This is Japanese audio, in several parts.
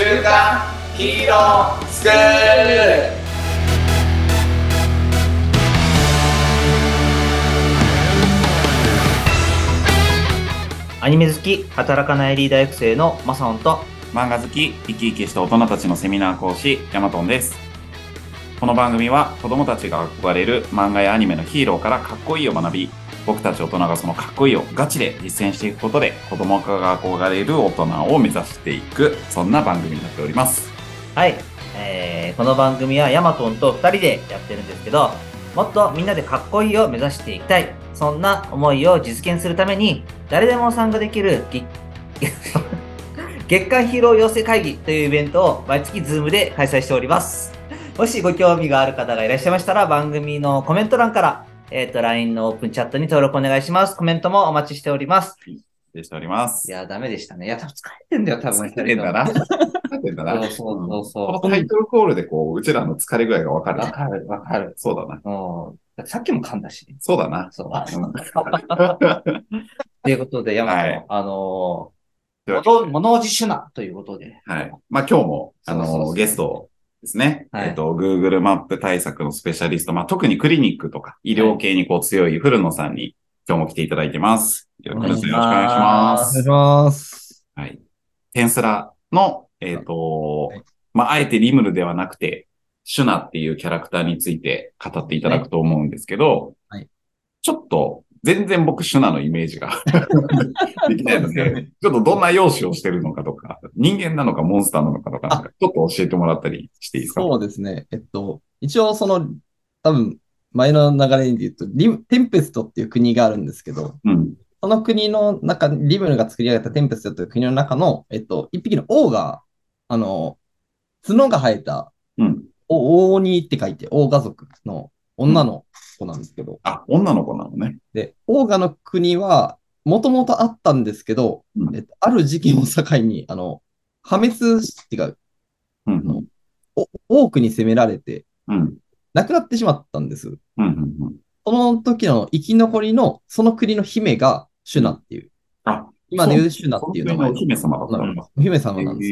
週刊ヒーロースクール。 アニメ好き、働かないリーダー育成のマサオンと、 漫画好き、生き生きした大人たちのセミナー講師、ヤマトンです。この番組は子供たちが憧れる漫画やアニメのヒーローからかっこいいを学び、僕たち大人がそのかっこいいをガチで実践していくことで、子供が憧れる大人を目指していく、そんな番組になっております。 はい、この番組はヤマトンと2人でやってるんですけど、もっとみんなでかっこいいを目指していきたい、そんな思いを実現するために、誰でも参加できる月間ヒーロー養成会議というイベントを毎月ズームで開催しております。もしご興味がある方がいらっしゃいましたら、番組のコメント欄から、LINE のオープンチャットに登録お願いします。コメントもお待ちしております。 しております。 いや、ダメでしたね。いや、多分疲れてんだよ、多分。 疲れてんだな。疲れてんだな。 そう。 このタイトルコールでうちらの疲れ具合がわかる。 わかる。 そうだな。 さっきも噛んだし。 そうだな。 そう。ということで、山さん、はい、物おじシュナということで。 はい。まあ今日も、ゲストですね。はい、Google マップ対策のスペシャリスト、まあ特にクリニックとか医療系に強い古野さんに今日も来ていただいてます。よろしくお願いします。 お願いします。 はい。テンスラの、まああえてリムルではなくて、シュナっていうキャラクターについて語っていただくと思うんですけど、はい、ちょっと全然僕シュナのイメージができないので、ちょっとどんな容姿をしてるのかとか、人間なのかモンスターなのかとか、ちょっと教えてもらったりしていいですか？ そうですね。一応多分前の流れで言うと、テンペストっていう国があるんですけど、その国の中、リムルが作り上げたテンペストという国の中の、一匹の王が、角が生えた、王鬼って書いて、王家族の女の子なんですけど。 女の子なのね。 で、オーガの国は、もともとあったんですけど、ある事件を境に、破滅っていうか、多くに攻められて、亡くなってしまったんです。その時の生き残りの、その国の姫がシュナっていう。今で言うシュナっていう名前の。 お姫様だったんだ。 お姫様なんです。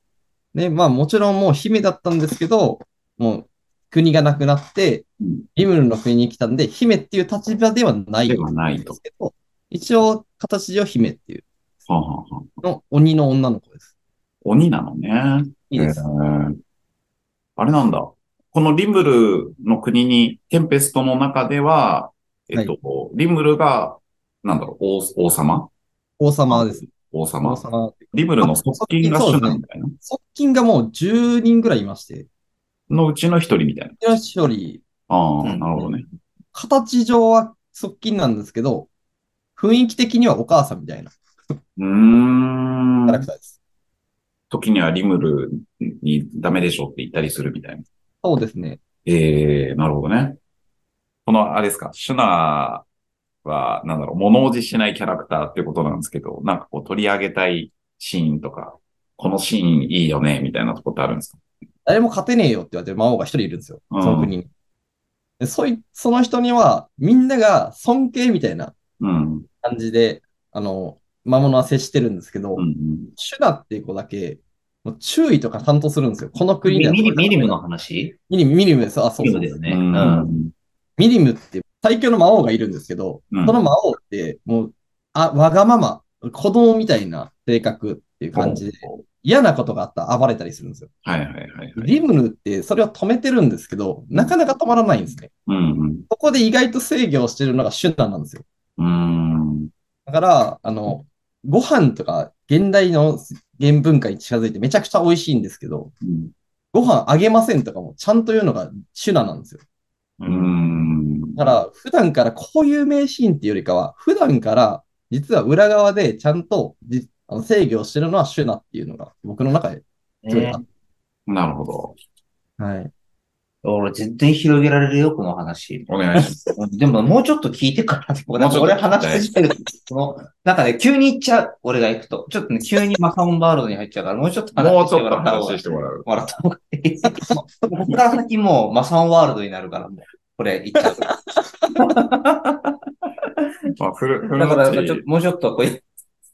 で、まあもちろんもう姫だったんですけど、もう国がなくなって、リムルの国に来たんで、姫っていう立場ではないんですけど、一応形上姫っていうの鬼の女の子です。 鬼なのね。 いいです。 あれなんだ。このリムルの国に、テンペストの中では、リムルが、王様？ 王様です。 王様。リムルの側近がシュナみたいな。 側近がもう10人ぐらいいまして。 のうちの一人みたいな。一人。 なるほどね。 形上は側近なんですけど、雰囲気的にはお母さんみたいな。キャラクターです。 時にはリムルにダメでしょって言ったりするみたいな。 そうですね。 なるほどね。あれですか、シュナは、物おじしないキャラクターっていうことなんですけど、取り上げたいシーンとか、このシーンいいよね、みたいなとこってあるんですか？ 誰も勝てねえよって言われてる魔王が一人いるんですよ。その国に。でその人には、みんなが尊敬みたいな感じで、魔物は接してるんですけど、シュナっていう子だけ、もう注意とか担当するんですよ。この国では。 ミリムの話？ ミリムです。そうそう。 ミリムだよね。 ミリムって最強の魔王がいるんですけど、その魔王って、もう、わがまま、子供みたいな性格っていう感じで、嫌なことがあったら暴れたりするんですよ。リムルってそれを止めてるんですけど、なかなか止まらないんですね。そこで意外と制御をしてるのがシュナなんですよ。だから、ご飯とか現代の原文化に近づいてめちゃくちゃ美味しいんですけど、ご飯あげませんとかもちゃんと言うのがシュナなんですよ。だから、普段からこういう名シーンっていうよりかは、普段から実は裏側でちゃんと制御をしてるのはシュナっていうのが僕の中で、 なるほど。 はい。 俺全然広げられるよ、この話。 お願いします。 でももうちょっと聞いてから、俺話し始める。急に行っちゃう、俺が行くと。ちょっとね、急にマカオンワールドに入っちゃうから、もうちょっと話してもらう。もらった方がいい。ここから先もうマサオンワールドになるから、もう、これ行っちゃう。だから、もうちょっとこう、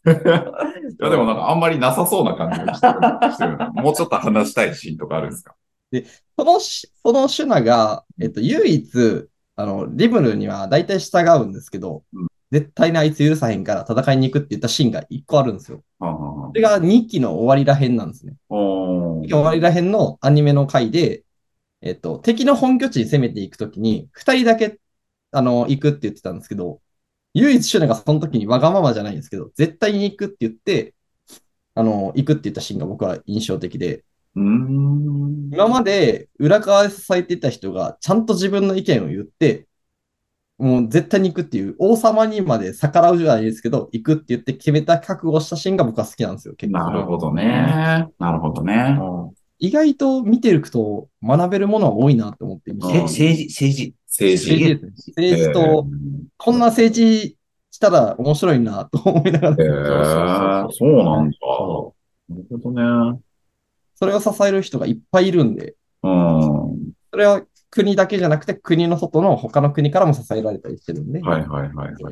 や、でもなんかあんまりなさそうな感じがしてるな。もうちょっと話したいシーンとかあるんですか？ で、そのシュナが、唯一、リムルには大体従うんですけど、 うん絶対にあいつ許さへんから戦いに行くって言ったシーンが1個あるんですよ。 はあはそれが2期の終わりらへんなんですね。 あお 2期の終わりらへんのアニメの回で、敵の本拠地に攻めていくときに、2人だけ、行くって言ってたんですけど、唯一シュナがその時にわがままじゃないんですけど、絶対に行くって言って、行くって言ったシーンが僕は印象的で、今まで裏側で支えていた人がちゃんと自分の意見を言って、もう絶対に行くっていう、王様にまで逆らうじゃないですけど、行くって言って決めた覚悟をしたシーンが僕は好きなんですよ、結構。 なるほどね。なるほどね。 意外と見てると学べるものは多いなと思って見て政治。 政治。 政治ですね。政治と、こんな政治したら面白いなと思いながら。 そうなんだ。なるほどね。 それを支える人がいっぱいいるんで、 うん。 それは国だけじゃなくて国の外の他の国からも支えられたりしてるんで、 はいはいはいはい。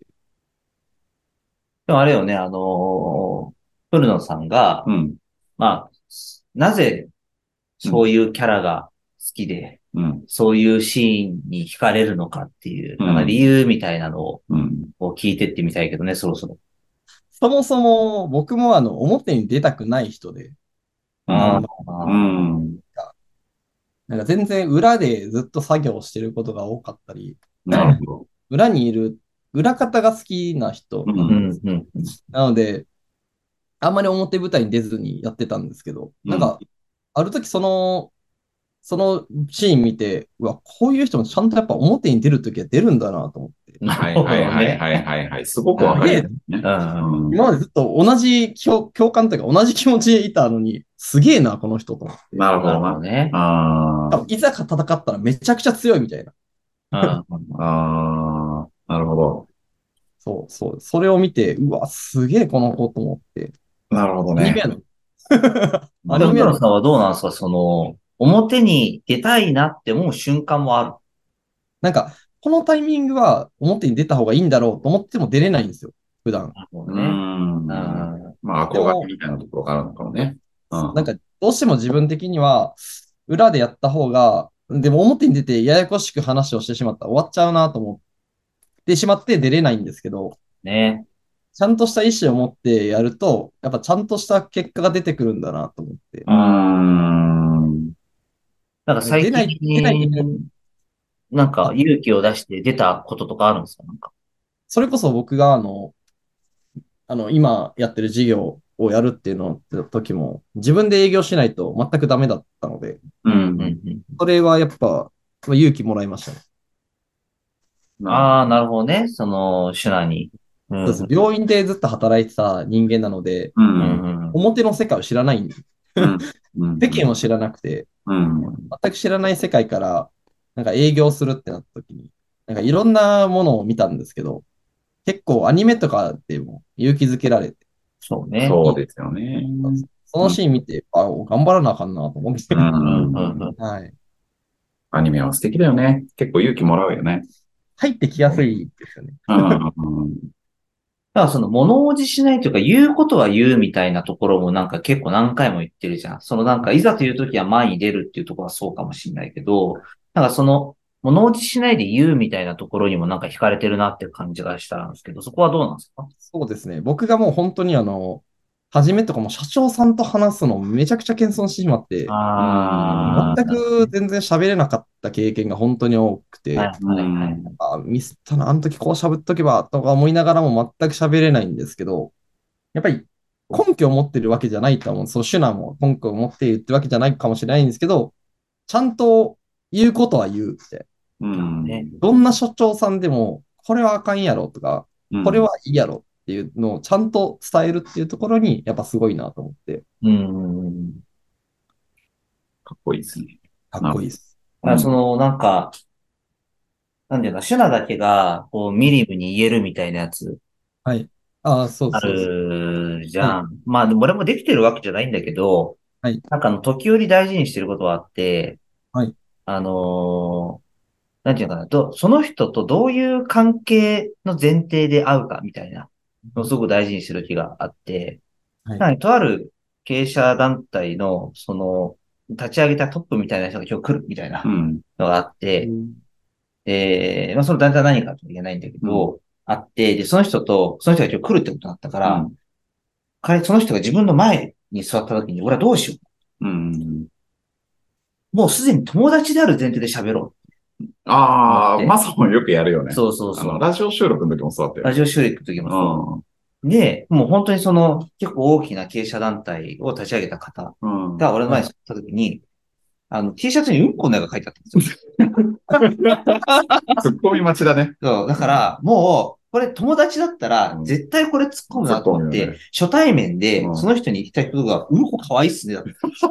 でもあれよね、古野さんが、 うん。 まあ、なぜそういうキャラが好きで、 うん。 そういうシーンに惹かれるのかっていう、 うんなんか理由みたいなのをうん。 聞いてってみたいけどね、そろそろ。 そもそも僕も表に出たくない人で、 あうあ、 ん。 なんか全然裏でずっと作業してることが多かったり、 なるほど。 裏にいる、裏方が好きな人う。 うんん、うん、 なので、あんまり表舞台に出ずにやってたんですけど、なんか、ある時そのシーン見て、うわ、こういう人もちゃんとやっぱ表に出るときは出るんだなと思って。 はいはいはいはいはいはい。すごくわかるね。 今までずっと同じ共感というか同じ気持ちでいたのに、すげえな、この人と思って。 なるほどな。 ね。 いざ戦ったらめちゃくちゃ強いみたいな。 なるほど。 そう。それを見て、うわ、すげえこの子と思って。 なるほどね。 アニメやの。 アニメさんはどうなんですか表に出たいなって思う瞬間もある。 なんか、このタイミングは表に出た方がいいんだろうと思っても出れないんですよ、普段。 まあ、憧れみたいなところがあるのかもね。 なんか、どうしても自分的には、裏でやった方が、でも表に出てややこしく話をしてしまったら終わっちゃうなと思ってしまって出れないんですけど、 ね。 ちゃんとした意思を持ってやると、やっぱちゃんとした結果が出てくるんだなと思って。 なんか最近、なんか勇気を出して出たこととかあるんですか？なんか。 それこそ僕が今やってる事業をやるっていうの時も、自分で営業しないと全くダメだったので、それはやっぱ勇気もらいましたね。 ああ、なるほどね。シュナに。 そうです。病院でずっと働いてた人間なので、表の世界を知らないんで、世間を知らなくて、全く知らない世界から、なんか営業するってなった時に、なんかいろんなものを見たんですけど、結構アニメとかでも勇気づけられて。 そうね。 そうですよね。 そのシーン見て、頑張らなあかんなと思って。はい。 アニメは素敵だよね。結構勇気もらうよね。 入ってきやすいですよね。 だから物おじしないというか、言うことは言うみたいなところもなんか結構何回も言ってるじゃん。なんかいざという時は前に出るっていうところはそうかもしれないけど、なんか物おじしないで言うみたいなところにもなんか惹かれてるなっていう感じがしたんですけど、そこはどうなんですか？ そうですね。僕がもう本当に初めとかも社長さんと話すのめちゃくちゃ謙遜してしまって、全く全然喋れなかった経験が本当に多くて、ミスったな、あの時こう喋っとけばとか思いながらも全く喋れないんですけど、やっぱり根拠を持ってるわけじゃないと思う。シュナも根拠を持って言ってるわけじゃないかもしれないんですけど、ちゃんと言うことは言うって。どんな所長さんでも、これはあかんやろとか、これはいいやろっていうのをちゃんと伝えるっていうところに、やっぱすごいなと思って。 かっこいいですね。 かっこいいです。 なんか、なんていうか、シュナだけが、ミリムに言えるみたいなやつ。 はい。ああるじゃん。まあ、俺もできてるわけじゃないんだけど、なんか時折大事にしてることはあって、なんていうかな、その人とどういう関係の前提で会うかみたいな。 すごく大事にしてる気があって、 はい。 とある経営者団体の、立ち上げたトップみたいな人が今日来るみたいなのがあって、その団体は何かと言えないんだけど、あって、で、その人が今日来るってことになったから、その人が自分の前に座った時に、俺はどうしよう。もうすでに友達である前提で喋ろう。 ああ、マサもよくやるよね。 そう。 ラジオ収録の時もそうだったよ。 ラジオ収録の時もそう。で、もう本当に結構大きな経営者団体を立ち上げた方が俺の前に座った時に、T シャツにうんこの絵が書いてあったんですよ。 ツッコミ待ちだね。 そう、だから、もう、これ友達だったら、絶対これ突っ込むなと思って、初対面で、その人に言った人が、うんこ可愛いっすね。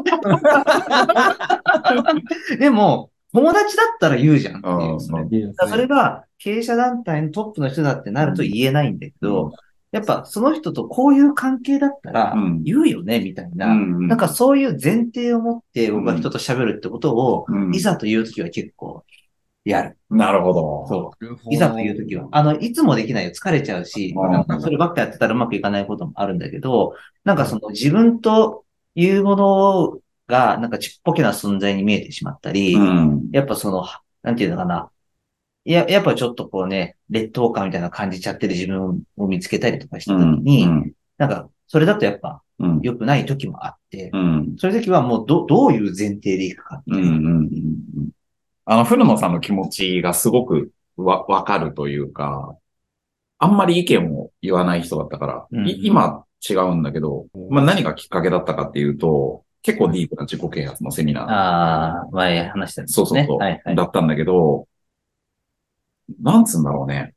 でも、友達だったら言うじゃんっていう、それが、経営者団体のトップの人だってなると言えないんだけど、やっぱその人とこういう関係だったら言うよね、みたいな。なんかそういう前提を持って僕は人と喋るってことを、いざというときは結構やる。 なるほど。 そう。いざというときは。いつもできないよ。疲れちゃうし、そればっかやってたらうまくいかないこともあるんだけど、なんか自分というものが、なんかちっぽけな存在に見えてしまったり、やっぱなんていうのかな。やっぱちょっとこうね、劣等感みたいな感じちゃってる自分を見つけたりとかしたときに、なんか、それだとやっぱ、良くない時もあって、そういう時はもうどういう前提でいくかみたいな。 古野さんの気持ちがすごくわかるというか、あんまり意見を言わない人だったから、今違うんだけど、何がきっかけだったかっていうと、結構ディープな自己啓発のセミナー。 ああ、前話したんですね。 そう。だったんだけど、なんつうんだろうね。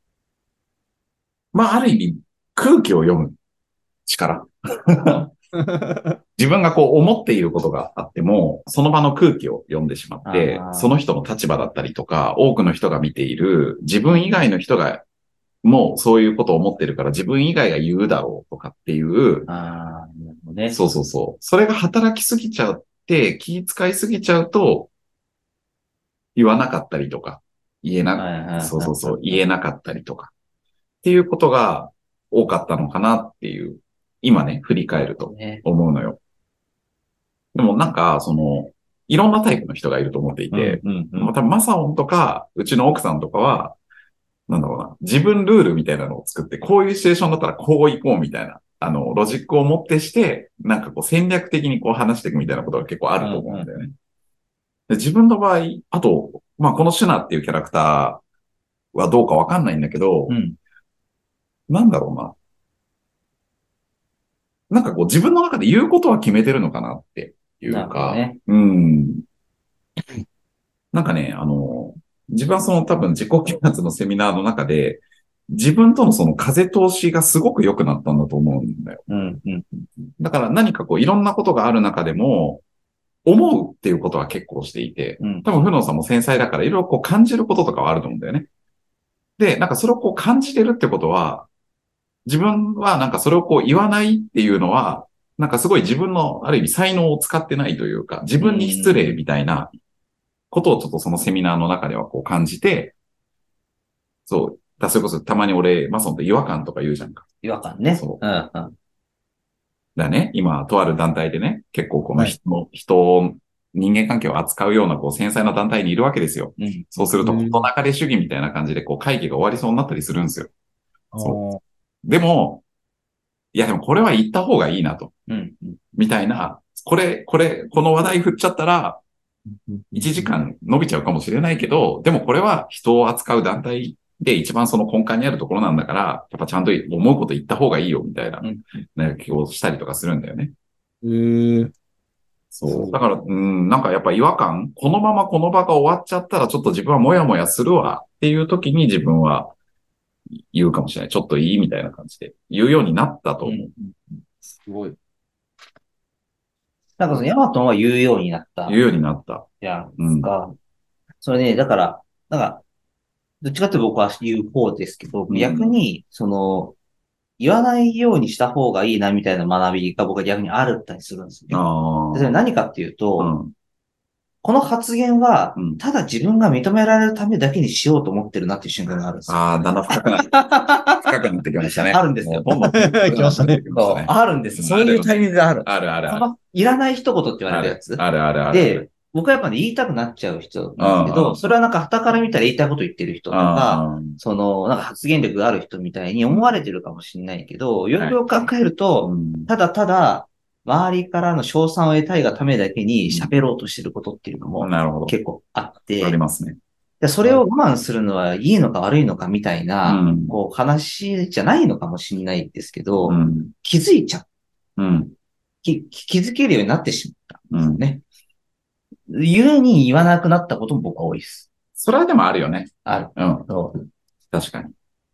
ある意味、空気を読む力。自分がこう思っていることがあっても、その場の空気を読んでしまって、その人の立場だったりとか、多くの人が見ている、自分以外の人がもうそういうことを思ってるから自分以外が言うだろうとかっていう、そう。それが働きすぎちゃって、気遣いすぎちゃうと、言わなかったりとか、言えなかったりとか、っていうことが多かったのかなっていう、今ね、振り返ると思うのよ。でもなんか、いろんなタイプの人がいると思っていて、多分マサオンとか、うちの奥さんとかは、なんだろうな、自分ルールみたいなのを作って、こういうシチュエーションだったらこう行こうみたいな、ロジックを持ってして、なんかこう戦略的にこう話していくみたいなことが結構あると思うんだよね。で自分の場合、あと、このシュナっていうキャラクターはどうかわかんないんだけど、なんだろうな。なんかこう自分の中で言うことは決めてるのかなっていうか、なんかね、自分は多分自己啓発のセミナーの中で、自分とのその風通しがすごく良くなったんだと思うんだよ。だから何かこういろんなことがある中でも、思うっていうことは結構していて、多分、ふのさんも繊細だからいろいろこう感じることとかはあると思うんだよね。で、なんかそれをこう感じてるってことは、自分はなんかそれをこう言わないっていうのは、なんかすごい自分のある意味才能を使ってないというか、自分に失礼みたいなことをちょっとそのセミナーの中ではこう感じて、そう。それこそたまに俺、マソンって違和感とか言うじゃんか。 違和感ね。 そう。だね、今、とある団体でね、結構この人間関係を扱うようなこう繊細な団体にいるわけですよ。そうすると、事なかれ主義みたいな感じでこう会議が終わりそうになったりするんですよ。そう。でもこれは言った方がいいなと。みたいな、この話題振っちゃったら、1時間伸びちゃうかもしれないけど、でもこれは人を扱う団体で一番その根幹にあるところなんだから、やっぱちゃんと思うこと言った方がいいよ、みたいな、気をしたりとかするんだよね。そう。だから、なんかやっぱ違和感、このままこの場が終わっちゃったらちょっと自分はもやもやするわっていう時に自分は言うかもしれない。ちょっといいみたいな感じで言うようになったと思う。 すごい。 なんかヤマトンは言うようになった。 言うようになった。 いや、それね、だから、どっちかって僕は言う方ですけど、逆に、言わないようにした方がいいなみたいな学びが僕は逆にあるったりするんですよね。それ何かっていうと、 この発言は、ただ自分が認められるためだけにしようと思ってるなっていう瞬間があるんですよ。 だんだん深くなってきましたね。 あるんですよ。 どんどん来ましたね。 あるんですよ。そういうタイミングがある。 あるあるある。 いらない一言って言われるやつ。 あるあるある。 で、僕はやっぱね、言いたくなっちゃう人なんですけど、それはなんか傍から見たら言いたいこと言ってる人とか、なんか発言力がある人みたいに思われてるかもしれないけど、よくよく考えると、ただただ、周りからの称賛を得たいがためだけに喋ろうとしてることっていうのも結構あって、 ありますね。 それを我慢するのはいいのか悪いのかみたいな、こう話じゃないのかもしれないですけど、気づいちゃう。気づけるようになってしまったんですね。言うに言わなくなったことも僕は多いです。 それはでもあるよね。 ある。 確かに。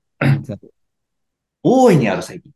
大いにある最近。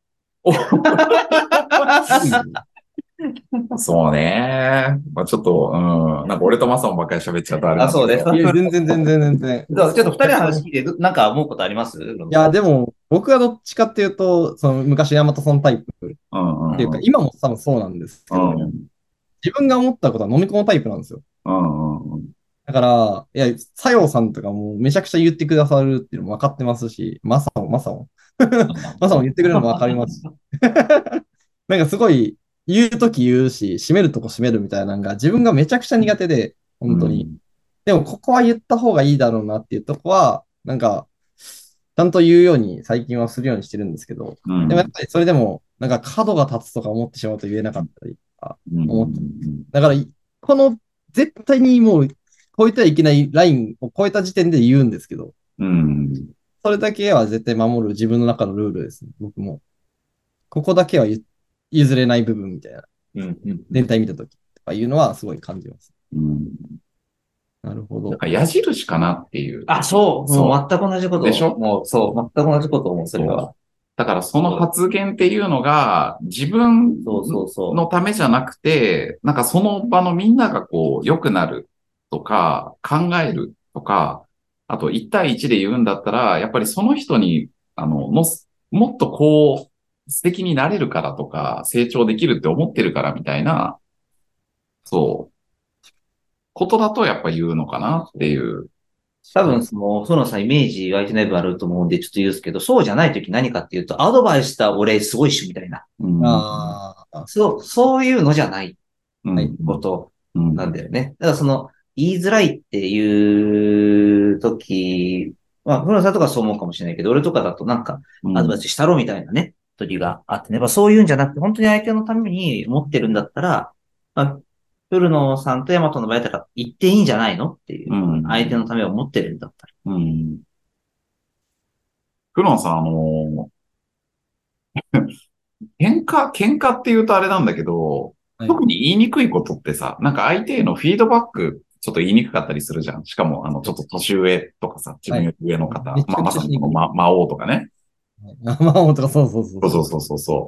そうね。まあちょっと、なんか俺とマサオばっかり喋っちゃうとあれなんだけど。 そうです。 全然。 ちょっと二人の話聞いて、なんか思うことあります？いや、でも、僕はどっちかっていうと、その昔ヤマトソンタイプっていうか、今も多分そうなんですけど、自分が思ったことは飲み込むタイプなんですよ。だから、いや、西洋さんとかもめちゃくちゃ言ってくださるっていうのも分かってますし、マサも言ってくれるのも分かりますし。なんかすごい、言うとき言うし、締めるとこ締めるみたいなのが自分がめちゃくちゃ苦手で、本当に。でも、ここは言った方がいいだろうなっていうとこは、なんか、ちゃんと言うように最近はするようにしてるんですけど、でもやっぱりそれでも、なんか角が立つとか思ってしまうと言えなかったりだから、この絶対にもう超えてはいけないラインを超えた時点で言うんですけど、それだけは絶対守る自分の中のルールですね、僕も。ここだけは譲れない部分みたいな。全体見たときとかいうのはすごい感じます。なるほど。 矢印かなっていう。 そう。もう全く同じこと。 でしょ？ もうそう、全く同じこと思う、それは。 だからその発言っていうのが自分のためじゃなくて、なんかその場のみんながこう良くなるとか考えるとか、あと1対1で言うんだったら、やっぱりその人に、もっとこう素敵になれるからとか、成長できるって思ってるからみたいな、ことだとやっぱ言うのかなっていう。 多分、そのさ、イメージ湧いてない部分あると思うんで、ちょっと言うんですけど、そうじゃないとき何かっていうと、アドバイスした俺すごいっしょ、みたいな。そういうのじゃないことなんだよね。だから言いづらいっていうとき、古野さんとかそう思うかもしれないけど、俺とかだとなんか、アドバイスしたろみたいなね、時があってね。そういうんじゃなくて、本当に相手のために思ってるんだったら、古野さんとヤマトの場合だったら言っていいんじゃないのっていう。相手のためを思ってるんだったら。 古野さん、喧嘩って言うとあれなんだけど、特に言いにくいことってさ、なんか相手へのフィードバック、ちょっと言いにくかったりするじゃん。しかも、ちょっと年上とかさ、自分より上の方、まさにこの魔王とかね。 魔王とか、そう。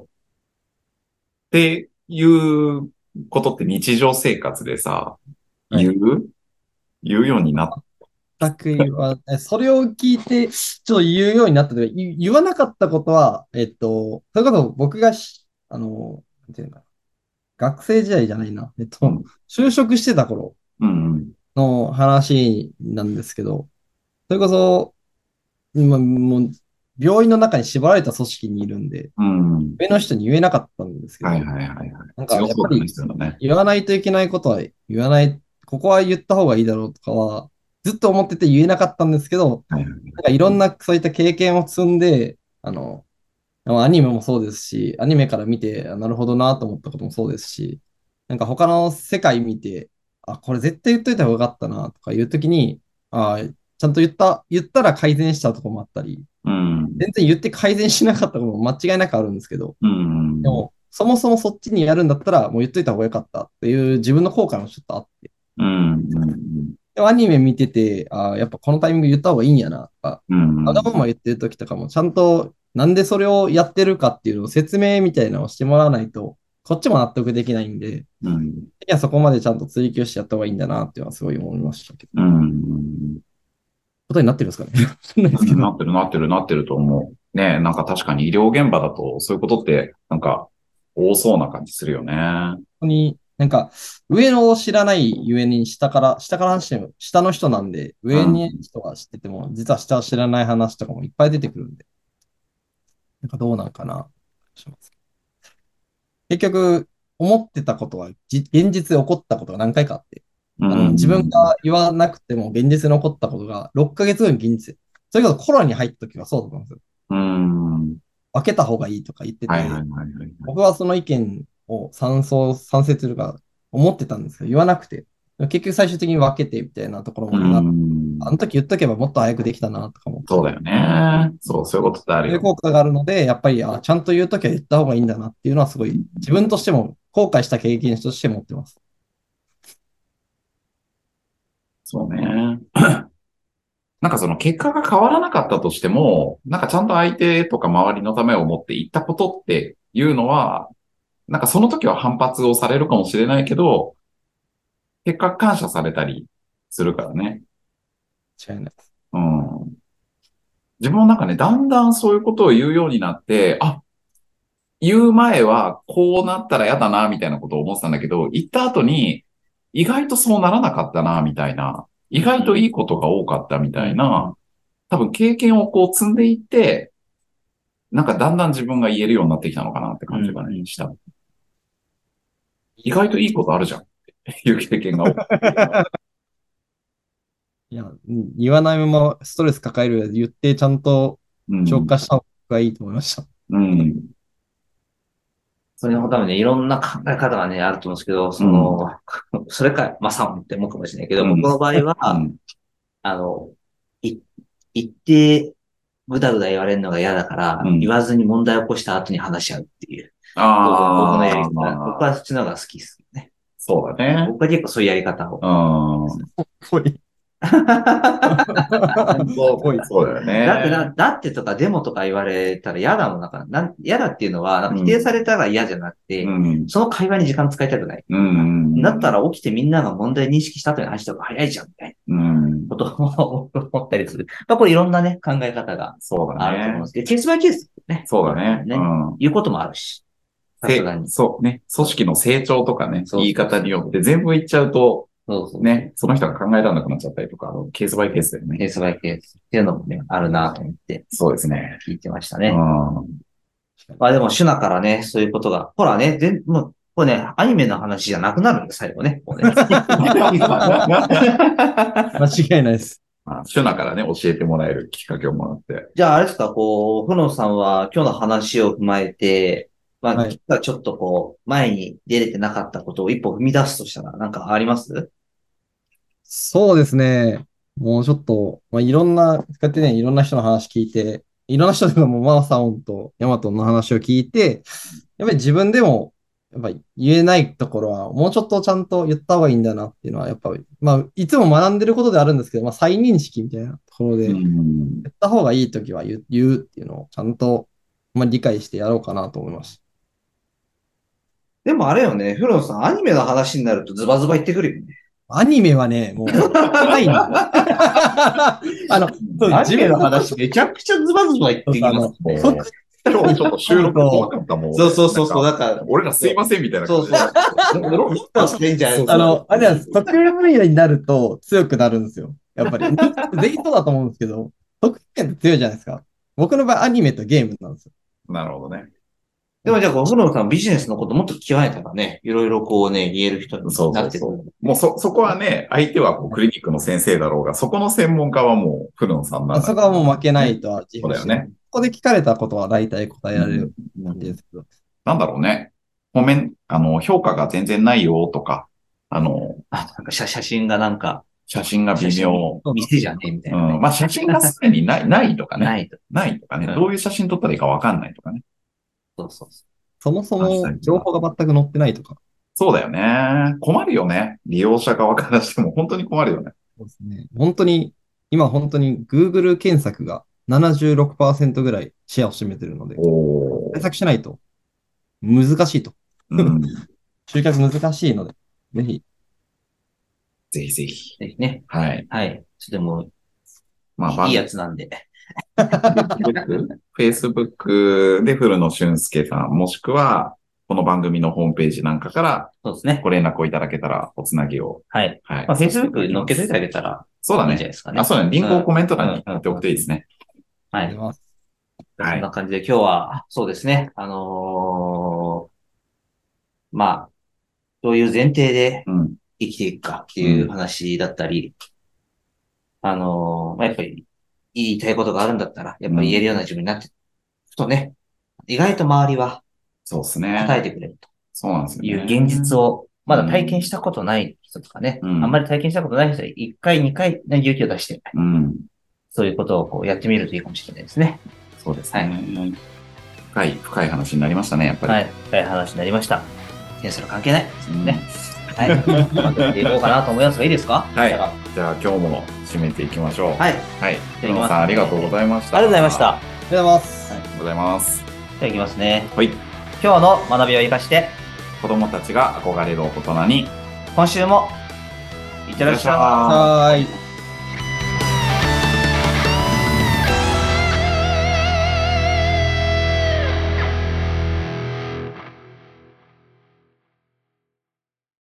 っていうことって日常生活でさ、言うようになった。 それを聞いて、ちょっと言うようになったというか、言わなかったことは、それこそ僕がなんていうのかな、学生時代じゃないな、就職してた頃の話なんですけど、それこそ、今もう、病院の中に縛られた組織にいるんで、上の人に言えなかったんですけど、なんかやっぱり言わないといけないことは言わない、ここは言った方がいいだろうとかは、ずっと思ってて言えなかったんですけど、なんかいろんなそういった経験を積んで、アニメもそうですし、アニメから見て、なるほどなと思ったこともそうですし、なんか他の世界見て、これ絶対言っといた方がよかったなとかいうときに、ちゃんと言ったら改善したところもあったり、全然言って改善しなかったことも間違いなくあるんですけど、でも、そもそもそっちにやるんだったら、もう言っといた方がよかったっていう自分の後悔もちょっとあって。でもアニメ見てて、やっぱこのタイミング言った方がいいんやな、とか、わがまま言ってる時とかも、ちゃんとなんでそれをやってるかっていうのを説明みたいなのをしてもらわないと、こっちも納得できないんで、いや、そこまでちゃんと追求してやった方がいいんだなっていうのはすごい思いましたけど。ことになってるんですかねなってると思う。ね、なんか確かに医療現場だとそういうことってなんか多そうな感じするよね。 本当になんか、上のを知らないゆえに下から話しても、下の人なんで、上に人が知ってても、実は下は知らない話とかもいっぱい出てくるんで、なんかどうなんかな、します。結局、思ってたことは、現実で起こったことが何回かあって、自分が言わなくても現実に起こったことが6ヶ月後に現実で、それこそコロナに入った時はそうだったんですよ。分けた方がいいとか言ってて、僕はその意見を賛成というか思ってたんですけど、言わなくて、結局最終的に分けてみたいなところまでなって、あの時言っとけばもっと早くできたなとか思って。 そうだよね。そういうことってあるよ。 そういう効果があるので、やっぱりちゃんと言うときは言った方がいいんだなっていうのはすごい自分としても後悔した経験として持ってます。 そうね。なんかその結果が変わらなかったとしても、なんかちゃんと相手とか周りのためを思って言ったことっていうのは、なんかその時は反発をされるかもしれないけど、結果感謝されたりするからね。 違いない。 うん。自分もなんかね、だんだんそういうことを言うようになって、言う前はこうなったら嫌だな、みたいなことを思ってたんだけど、言った後に意外とそうならなかったな、みたいな。意外といいことが多かったみたいな、多分経験をこう積んでいって、なんかだんだん自分が言えるようになってきたのかなって感じがね、した。意外といいことあるじゃんっていう経験が多い。 いや、言わないままストレス抱えるより言ってちゃんと消化した方がいいと思いました。 それも多分ね、いろんな考え方がね、あると思うんですけど、それか、まあ、さんって思うかもしれないけど、僕の場合は、言って、ぐだぐだ言われるのが嫌だから、言わずに問題を起こした後に話し合うっていう。僕のやり方。僕はそっちの方が好きですね。 そうだね。 僕は結構そういうやり方を。 そうだよね。 だってとかデモとか言われたら嫌だもん。嫌だっていうのは、否定されたら嫌じゃなくて、その会話に時間使いたくない。だったら起きてみんなが問題認識した後に話した方が早いじゃん、みたいなことを思ったりする。これいろんなね、考え方があると思うんですけど、ケースバイケースね。 そうだね。 言うこともあるし。 そうね。組織の成長とかね、言い方によって全部言っちゃうと、ね、その人が考えられなくなっちゃったりとか、ケースバイケースだよね。 ケースバイケースっていうのもね、あるなと思って。 そうですね。 聞いてましたね。まあでも、シュナからね、そういうことが、ほらね、もう、これね、アニメの話じゃなくなるんで、最後ね。間違いないです。 シュナからね、教えてもらえるきっかけをもらって。 じゃあ、あれですか、フノさんは今日の話を踏まえて、まあ、ちょっと前に出れてなかったことを一歩踏み出すとしたら、なんかあります？ そうですね。もうちょっと、まあ、いろんな人の話聞いて、いろんな人でもマーサオンとヤマトの話を聞いて、やっぱり自分でも、やっぱり言えないところは、もうちょっとちゃんと言った方がいいんだなっていうのは、やっぱり、まあ、いつも学んでることであるんですけど、まあ、再認識みたいなところで、言った方がいいときは言うっていうのをちゃんと、まあ、理解してやろうかなと思います。 でもあれよね、フロンさん、アニメの話になるとズバズバ言ってくるよね。 アニメはね、もう、ないんだ。 アニメの話めちゃくちゃズバズバ言ってきますね。 今日ちょっと収録怖かったもん。 そう。だから、 俺らすいませんみたいな感じで。 してんじゃないあれは得意分野になると強くなるんですよ。やっぱり。全員そうだと思うんですけど、得意分野って強いじゃないですか。僕の場合、アニメとゲームなんですよ。 なるほどね。 でもじゃあ、フロさんビジネスのこともっと極めたらね、いろいろ言える人になってくる。 もうそこはね、相手はクリニックの先生だろうが、そこの専門家はもう、フロンさんなんだ、 そこはもう負けないとは自負して、 そうだよね。 ここで聞かれたことは大体答えられるんですけど。 なんだろうね。評価が全然ないよとか、 なんか写真がなんか、 写真が微妙。 店じゃねえみたいな、ね。 まあ写真がすでにないとかね。 ないとかね。どういう写真撮ったらいいかわかんないとかね。 そもそも情報が全く載ってないとか。 そうだよね。困るよね。利用者側からしても本当に困るよね。 そうですね。今本当に Google 検索が76% ぐらいシェアを占めてるので、対策しないと難しいと。集客難しいので、ぜひ。 ぜひぜひ。 ぜひね。 はい。 はい。でも、 まあ、 いいやつなんで。 Facebook で古野俊介さん、もしくは、 この番組のホームページなんかからそうですね。 ご連絡をいただけたらおつなぎを。 はい。 はい。 まあ、Facebook に載っけといてあげたらそうだね。 いいんじゃないですかね。 あ、そうだね。リンクをコメント欄に貼っておくといいですね。 はい。そんな感じで今日は、そうですね。まあ、どういう前提で生きていくかっていう話だったり、まあ、やっぱり言いたいことがあるんだったら、やっぱり言えるような自分になっていくとね、意外と周りは、 そうですね。 答えてくれると。 そうなんですよね。 いう現実を、まだ体験したことない人とかね、あんまり体験したことない人は1回、2回、勇気を出して、そういうことをこうやってみるといいかもしれないですね。 そうですね。深い話になりましたね、やっぱり。 はい、深い話になりました。それ関係ないですね。はい。またやっていこうかなと思いますが、いいですか？ はい。じゃあ今日も締めていきましょう。 はい。 はい。黒野さんありがとうございました。 ありがとうございました。 ありがとうございます。 ありがとうございます。 じゃあいきますね。 はい。 今日の学びを生かして、 子供たちが憧れる大人に、 今週もいってらっしゃい。 はい。